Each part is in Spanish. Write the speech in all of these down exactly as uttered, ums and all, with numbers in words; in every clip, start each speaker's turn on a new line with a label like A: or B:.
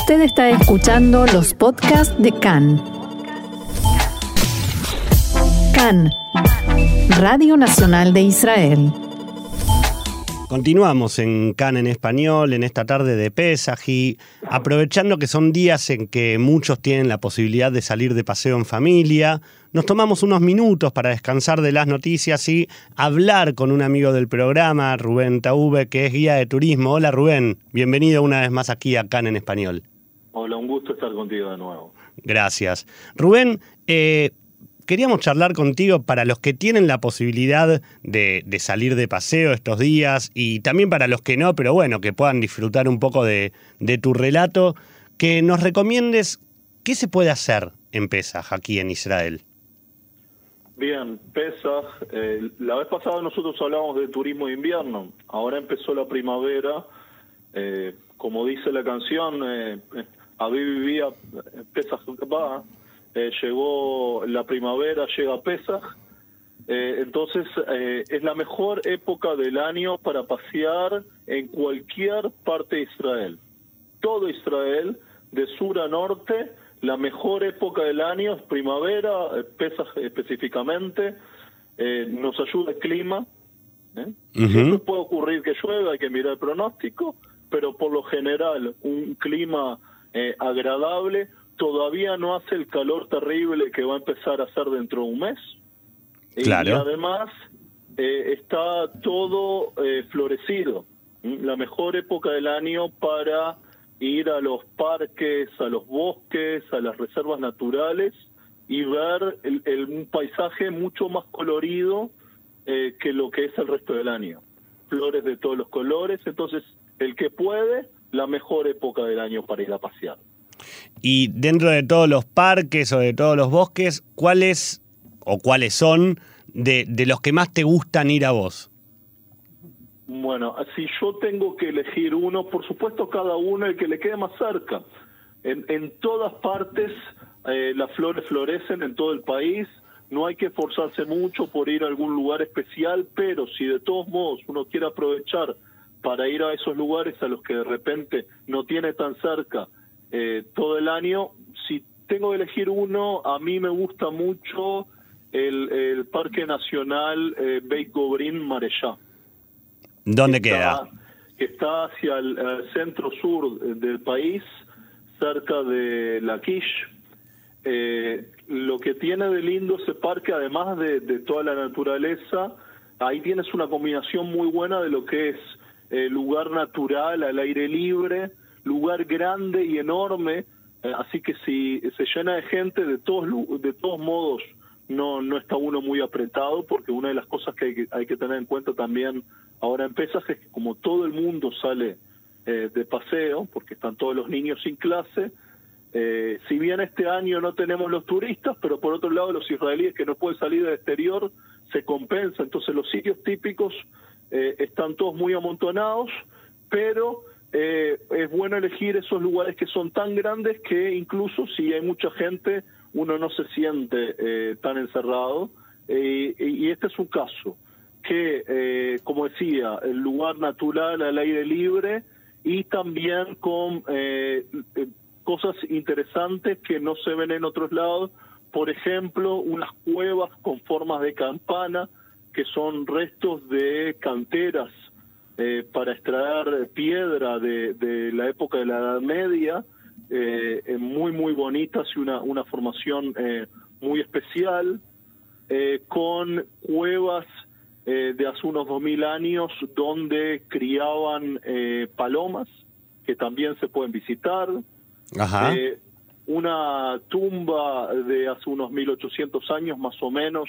A: Usted está escuchando los podcasts de C A N. C A N, Radio Nacional de Israel.
B: Continuamos en C A N en español, en esta tarde de Pesaj, y aprovechando que son días en que muchos tienen la posibilidad de salir de paseo en familia, nos tomamos unos minutos para descansar de las noticias y hablar con un amigo del programa, Rubén Taube, que es guía de turismo. Hola Rubén, bienvenido una vez más aquí a C A N en español.
C: Hola, un gusto estar contigo de nuevo.
B: Gracias. Rubén, eh, queríamos charlar contigo para los que tienen la posibilidad de, de salir de paseo estos días y también para los que no, pero bueno, que puedan disfrutar un poco de, de tu relato, que nos recomiendes qué se puede hacer en Pesaj aquí en Israel.
C: Bien, Pesaj, eh, la vez pasada nosotros hablábamos de turismo de invierno, ahora empezó la primavera, eh, como dice la canción, eh, Aviv vivía, Pesaj va, eh, llegó la primavera, llega Pesaj, eh, entonces eh, es la mejor época del año para pasear en cualquier parte de Israel. Todo Israel, de sur a norte, la mejor época del año es primavera, eh, Pesaj específicamente, eh, nos ayuda el clima, ¿eh? Uh-huh. Siempre puede ocurrir que llueva, hay que mirar el pronóstico, pero por lo general un clima eh, agradable. Todavía no hace el calor terrible que va a empezar a hacer dentro de un mes. Claro. Y además eh, está todo eh, florecido. La mejor época del año para ir a los parques, a los bosques, a las reservas naturales y ver el, el, un paisaje mucho más colorido eh, que lo que es el resto del año. Flores de todos los colores. Entonces, el que puede, la mejor época del año para ir a pasear.
B: Y dentro de todos los parques o de todos los bosques, ¿cuáles o cuáles son de, de los que más te gustan ir a vos?
C: Bueno, si yo tengo que elegir uno, por supuesto cada uno el que le quede más cerca. En, en todas partes eh, las flores florecen en todo el país, no hay que esforzarse mucho por ir a algún lugar especial, pero si de todos modos uno quiere aprovechar para ir a esos lugares a los que de repente no tiene tan cerca eh, todo el año, si tengo que elegir uno, a mí me gusta mucho el, el Parque Nacional eh, Beit Gobrin Mareshá.
B: ¿Dónde
C: que
B: queda?
C: Está, que está hacia el, el centro-sur del país, cerca de Laquish. Eh, lo que tiene de lindo ese parque, además de, de toda la naturaleza, ahí tienes una combinación muy buena de lo que es eh, lugar natural, al aire libre, lugar grande y enorme, eh, así que si se llena de gente, de todos de todos modos no no está uno muy apretado, porque una de las cosas que hay que, hay que tener en cuenta también ahora en Pesaj es que como todo el mundo sale eh, de paseo, porque están todos los niños sin clase, eh, si bien este año no tenemos los turistas, pero por otro lado los israelíes que no pueden salir del exterior se compensa, entonces los sitios típicos eh, están todos muy amontonados, pero eh, es bueno elegir esos lugares que son tan grandes que incluso si hay mucha gente uno no se siente eh, tan encerrado, eh, y este es un caso que, eh, como decía, el lugar natural al aire libre y también con eh, cosas interesantes que no se ven en otros lados, por ejemplo, unas cuevas con formas de campana, que son restos de canteras eh, para extraer piedra de, de la época de la Edad Media, eh, muy, muy bonitas y una, una formación eh, muy especial, eh, con cuevas eh, de hace unos dos mil años donde criaban eh, palomas, que también se pueden visitar.
B: Ajá.
C: Eh, una tumba de hace unos mil ochocientos años más o menos,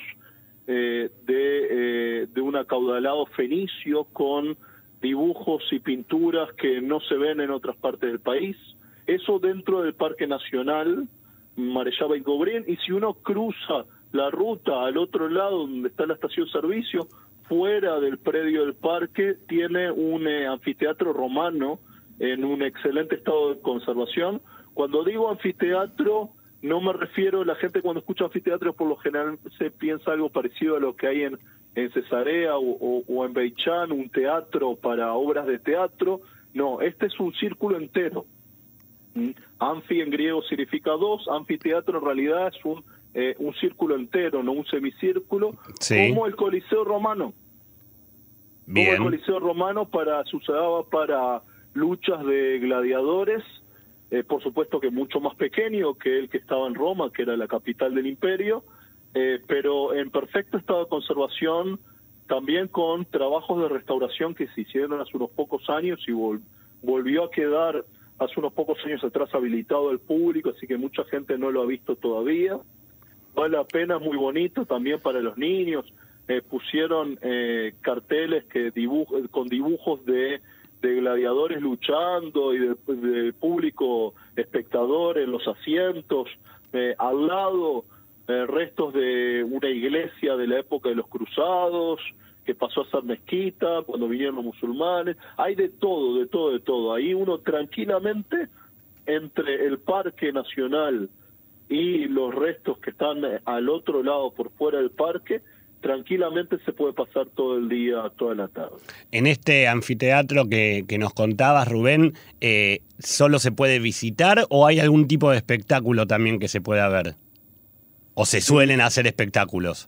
C: eh, de, eh, de un acaudalado fenicio con dibujos y pinturas que no se ven en otras partes del país. Eso dentro del Parque Nacional Mareshá Beit Gobrin, y si uno cruza la ruta al otro lado donde está la estación servicio, fuera del predio del parque, tiene un eh, anfiteatro romano en un excelente estado de conservación. Cuando digo anfiteatro, no me refiero, la gente cuando escucha anfiteatro por lo general se piensa algo parecido a lo que hay en, en Cesarea o, o, o en Beit Shan, un teatro para obras de teatro. No, este es un círculo entero. ¿Mm? Anfi en griego significa dos, anfiteatro en realidad es un, eh, un círculo entero, no un semicírculo,
B: sí.
C: como el Coliseo Romano.
B: Bien.
C: Como el Coliseo Romano para, se usaba para luchas de gladiadores, eh, por supuesto que mucho más pequeño que el que estaba en Roma, que era la capital del imperio, eh, pero en perfecto estado de conservación, también con trabajos de restauración que se hicieron hace unos pocos años y vol volvió a quedar hace unos pocos años atrás habilitado al público, así que mucha gente no lo ha visto todavía. Vale la pena, es muy bonito también para los niños. Eh, pusieron eh, carteles que dibuj con dibujos de, de gladiadores luchando y de, de público espectador en los asientos. Eh, al lado, eh, restos de una iglesia de la época de los cruzados, que pasó a ser mezquita cuando vinieron los musulmanes. Hay de todo, de todo, de todo. Ahí uno tranquilamente, entre el Parque Nacional y los restos que están al otro lado, por fuera del parque, tranquilamente se puede pasar todo el día, toda la tarde.
B: En este anfiteatro que, que nos contabas, Rubén, eh, ¿solo se puede visitar o hay algún tipo de espectáculo también que se pueda ver? ¿O se suelen hacer espectáculos?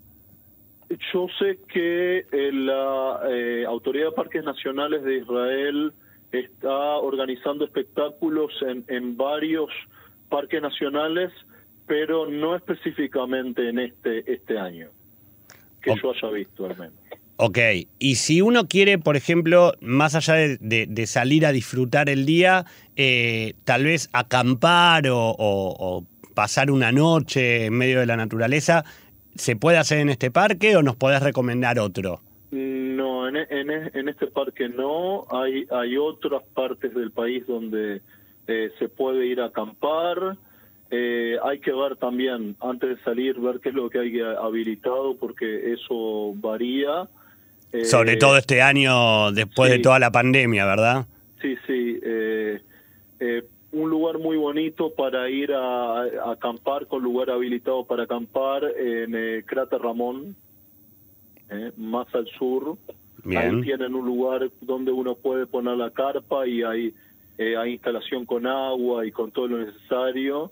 C: Yo sé que eh, la eh, Autoridad de Parques Nacionales de Israel está organizando espectáculos en, en varios parques nacionales, pero no específicamente en este, este año. Que okay. yo haya visto al menos.
B: Ok, y si uno quiere, por ejemplo, más allá de, de, de salir a disfrutar el día, eh, tal vez acampar o, o, o pasar una noche en medio de la naturaleza, ¿se puede hacer en este parque o nos podés recomendar otro?
C: No, en, en, en este parque no. Hay, hay otras partes del país donde eh, se puede ir a acampar. Eh, hay que ver también, antes de salir, ver qué es lo que hay habilitado, porque eso varía. Eh,
B: Sobre todo este año, después sí, de toda la pandemia, ¿verdad?
C: Sí, sí. Eh, eh, un lugar muy bonito para ir a, a acampar, con lugar habilitado para acampar, en eh, Cráter Ramón, eh, más al sur. Bien. Ahí tienen un lugar donde uno puede poner la carpa y hay, eh, hay instalación con agua y con todo lo necesario.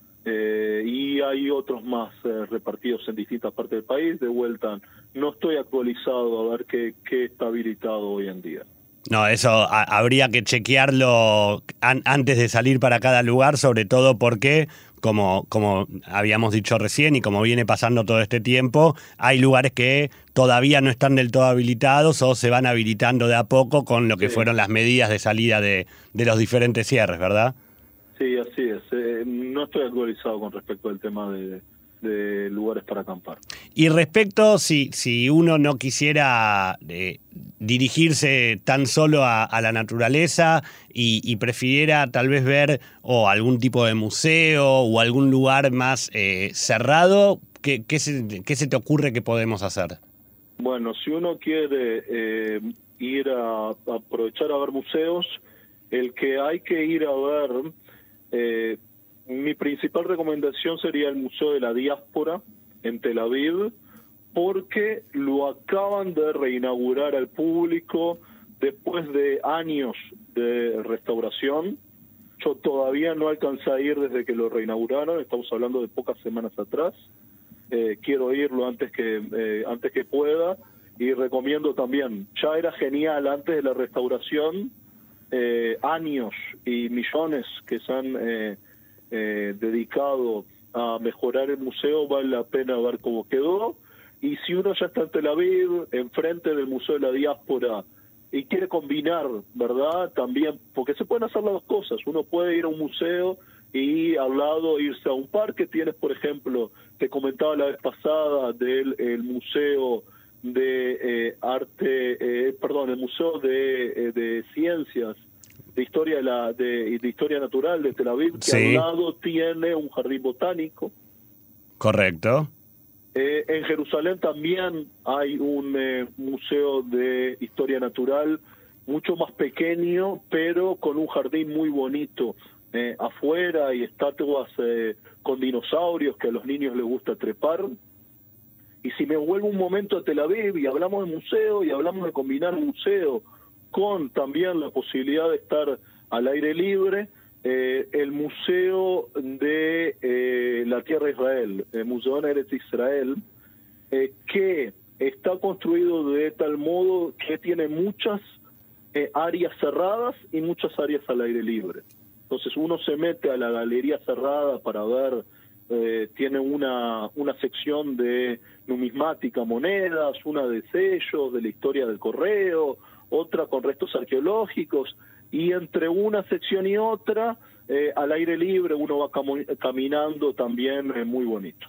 C: Eh, y hay otros más eh, repartidos en distintas partes del país. De vuelta, no estoy actualizado a ver qué, qué está habilitado hoy en día.
B: No, eso a, habría que chequearlo an, antes de salir para cada lugar, sobre todo porque, como, como habíamos dicho recién y como viene pasando todo este tiempo, hay lugares que todavía no están del todo habilitados o se van habilitando de a poco con lo que sí. fueron las medidas de salida de, de los diferentes cierres, ¿verdad?
C: Sí, así es. Eh, no estoy actualizado con respecto al tema de, de lugares para acampar.
B: Y respecto, si, si uno no quisiera eh, dirigirse tan solo a, a la naturaleza y, y prefiriera tal vez ver o algún tipo de museo o algún lugar más eh, cerrado, ¿qué, qué, se, ¿qué se te ocurre que podemos hacer?
C: Bueno, si uno quiere eh, ir a, a aprovechar a ver museos, el que hay que ir a ver... Eh, mi principal recomendación sería el Museo de la Diáspora en Tel Aviv, porque lo acaban de reinaugurar al público después de años de restauración. Yo todavía no alcancé a ir desde que lo reinauguraron, estamos hablando de pocas semanas atrás. Eh, quiero irlo antes que, eh, antes que pueda, y recomiendo también, ya era genial antes de la restauración, Eh, años y millones que se han eh, eh, dedicado a mejorar el museo, vale la pena ver cómo quedó. Y si uno ya está en Tel Aviv, enfrente del Museo de la Diáspora, y quiere combinar, ¿verdad? También, porque se pueden hacer las dos cosas. Uno puede ir a un museo y al lado irse a un parque. Tienes, por ejemplo, te comentaba la vez pasada del el museo de eh, arte, eh, perdón, el Museo de, eh, de Ciencias, de historia de, la, de, de historia natural de Tel Aviv, que sí. al lado tiene un jardín botánico.
B: Correcto.
C: Eh, en Jerusalén también hay un eh, museo de historia natural, mucho más pequeño, pero con un jardín muy bonito eh, afuera, y estatuas eh, con dinosaurios que a los niños les gusta trepar. Y si me vuelvo un momento a Tel Aviv y hablamos de museo y hablamos de combinar museo con también la posibilidad de estar al aire libre, eh, el Museo de eh, la Tierra de Israel, el Museo de Eretz Israel, eh, que está construido de tal modo que tiene muchas eh, áreas cerradas y muchas áreas al aire libre. Entonces uno se mete a la galería cerrada para ver, eh, tiene una, una sección de numismática, monedas, una de sellos, de la historia del correo, otra con restos arqueológicos, y entre una sección y otra, eh, al aire libre, uno va cam- caminando también eh, muy bonito.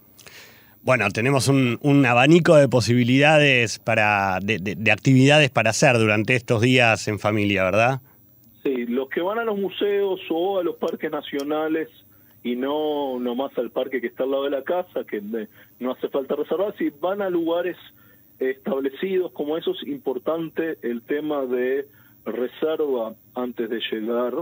B: Bueno, tenemos un, un abanico de posibilidades para de, de, de actividades para hacer durante estos días en familia, ¿verdad?
C: Sí, los que van a los museos o a los parques nacionales y no nomás al parque que está al lado de la casa, que no hace falta reservar, si van a lugares establecidos como esos, es importante el tema de reserva antes de llegar.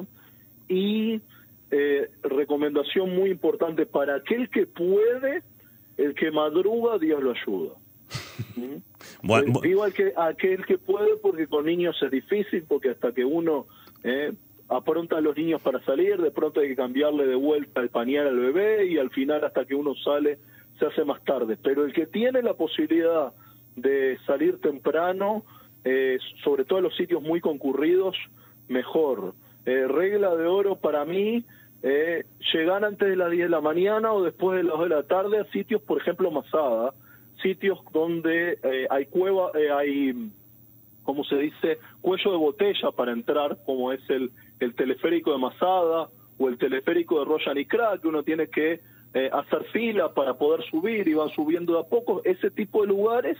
C: Y eh, recomendación muy importante para aquel que puede, el que madruga, Dios lo ayuda. ¿Mm? Bueno, eh, digo al que, aquel que puede, porque con niños es difícil, porque hasta que uno eh, apronta a los niños para salir, de pronto hay que cambiarle de vuelta el pañal al bebé, y al final hasta que uno sale se hace más tarde. Pero el que tiene la posibilidad de salir temprano, eh, sobre todo en los sitios muy concurridos, mejor. Eh, regla de oro para mí, eh, llegar antes de las diez de la mañana o después de las dos de la tarde a sitios, por ejemplo, Masada, sitios donde eh, hay cueva, eh, hay, ¿cómo se dice?, cuello de botella para entrar, como es el, el teleférico de Masada o el teleférico de Rosh Hanikra, que uno tiene que eh, hacer fila para poder subir y van subiendo de a poco. Ese tipo de lugares,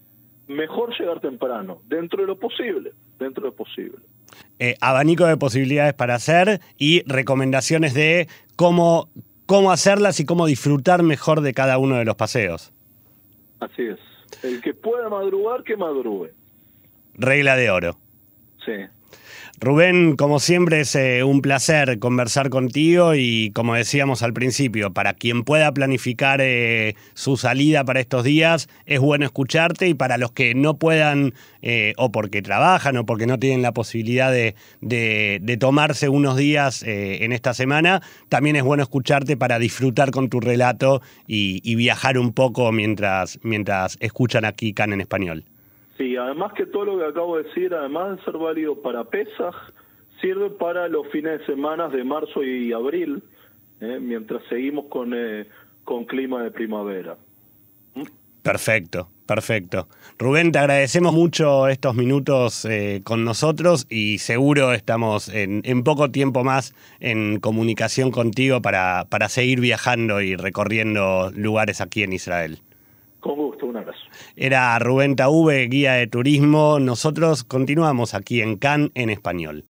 C: mejor llegar temprano, dentro de lo posible, dentro de lo posible.
B: Eh, abanico de posibilidades para hacer y recomendaciones de cómo, cómo hacerlas y cómo disfrutar mejor de cada uno de los paseos.
C: Así es. El que pueda madrugar, que madrugue.
B: Regla de oro.
C: Sí.
B: Rubén, como siempre es eh, un placer conversar contigo y como decíamos al principio, para quien pueda planificar eh, su salida para estos días, es bueno escucharte, y para los que no puedan eh, o porque trabajan o porque no tienen la posibilidad de, de, de tomarse unos días eh, en esta semana, también es bueno escucharte para disfrutar con tu relato y, y viajar un poco mientras, mientras escuchan aquí Can en Español.
C: Sí, además que todo lo que acabo de decir, además de ser válido para Pesaj, sirve para los fines de semana de marzo y abril, eh, mientras seguimos con, eh, con clima de primavera. ¿Mm?
B: Perfecto, perfecto. Rubén, te agradecemos mucho estos minutos eh, con nosotros y seguro estamos en, en poco tiempo más en comunicación contigo para, para seguir viajando y recorriendo lugares aquí en Israel.
C: Con gusto, un abrazo.
B: Era Rubén Taube, guía de turismo. Nosotros continuamos aquí en Can en Español.